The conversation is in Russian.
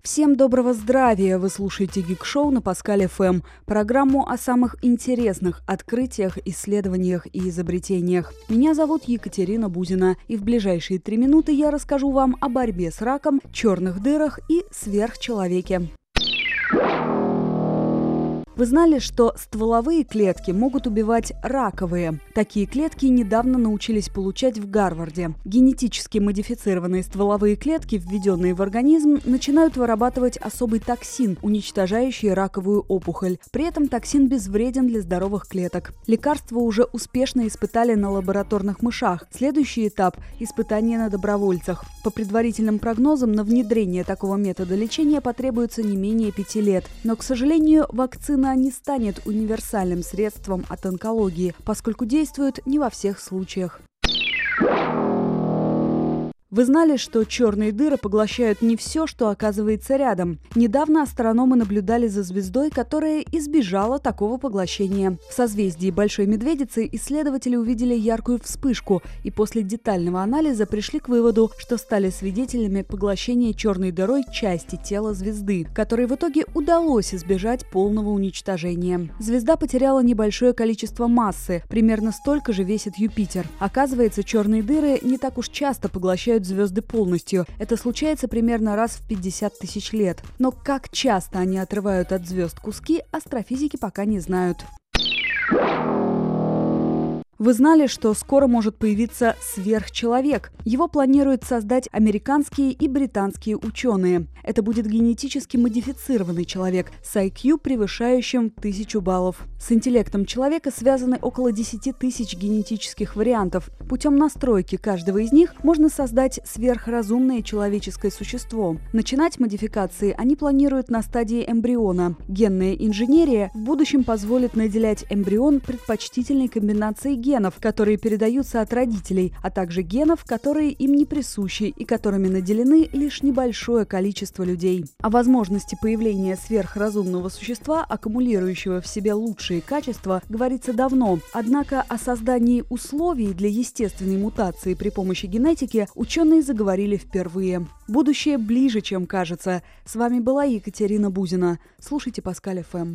Всем доброго здравия! Вы слушаете Гик-шоу на Паскаль ФМ, программу о самых интересных открытиях, исследованиях и изобретениях. Меня зовут Екатерина Бузина, и в ближайшие 3 минуты я расскажу вам о борьбе с раком, черных дырах и сверхчеловеке. Вы знали, что стволовые клетки могут убивать раковые? Такие клетки недавно научились получать в Гарварде. Генетически модифицированные стволовые клетки, введенные в организм, начинают вырабатывать особый токсин, уничтожающий раковую опухоль. При этом токсин безвреден для здоровых клеток. Лекарство уже успешно испытали на лабораторных мышах. Следующий этап – испытания на добровольцах. По предварительным прогнозам, на внедрение такого метода лечения потребуется не менее 5 лет. Но, к сожалению, вакцина не станет универсальным средством от онкологии, поскольку действует не во всех случаях. Вы знали, что черные дыры поглощают не все, что оказывается рядом? Недавно астрономы наблюдали за звездой, которая избежала такого поглощения. В созвездии Большой Медведицы исследователи увидели яркую вспышку и после детального анализа пришли к выводу, что стали свидетелями поглощения черной дырой части тела звезды, которой в итоге удалось избежать полного уничтожения. Звезда потеряла небольшое количество массы, примерно столько же весит Юпитер. Оказывается, черные дыры не так уж часто поглощают звезды полностью. Это случается примерно раз в 50 тысяч лет. Но как часто они отрывают от звезд куски, астрофизики пока не знают. Вы знали, что скоро может появиться сверхчеловек? Его планируют создать американские и британские ученые. Это будет генетически модифицированный человек с IQ, превышающим 1000 баллов. С интеллектом человека связаны около 10 тысяч генетических вариантов. Путем настройки каждого из них можно создать сверхразумное человеческое существо. Начинать модификации они планируют на стадии эмбриона. Генная инженерия в будущем позволит наделять эмбрион предпочтительной комбинацией генов, которые передаются от родителей, а также генов, которые им не присущи и которыми наделены лишь небольшое количество людей. О возможности появления сверхразумного существа, аккумулирующего в себе лучшие качества, говорится давно. Однако о создании условий для естественной мутации при помощи генетики ученые заговорили впервые. Будущее ближе, чем кажется. С вами была Екатерина Бузина. Слушайте Паскаль ФМ.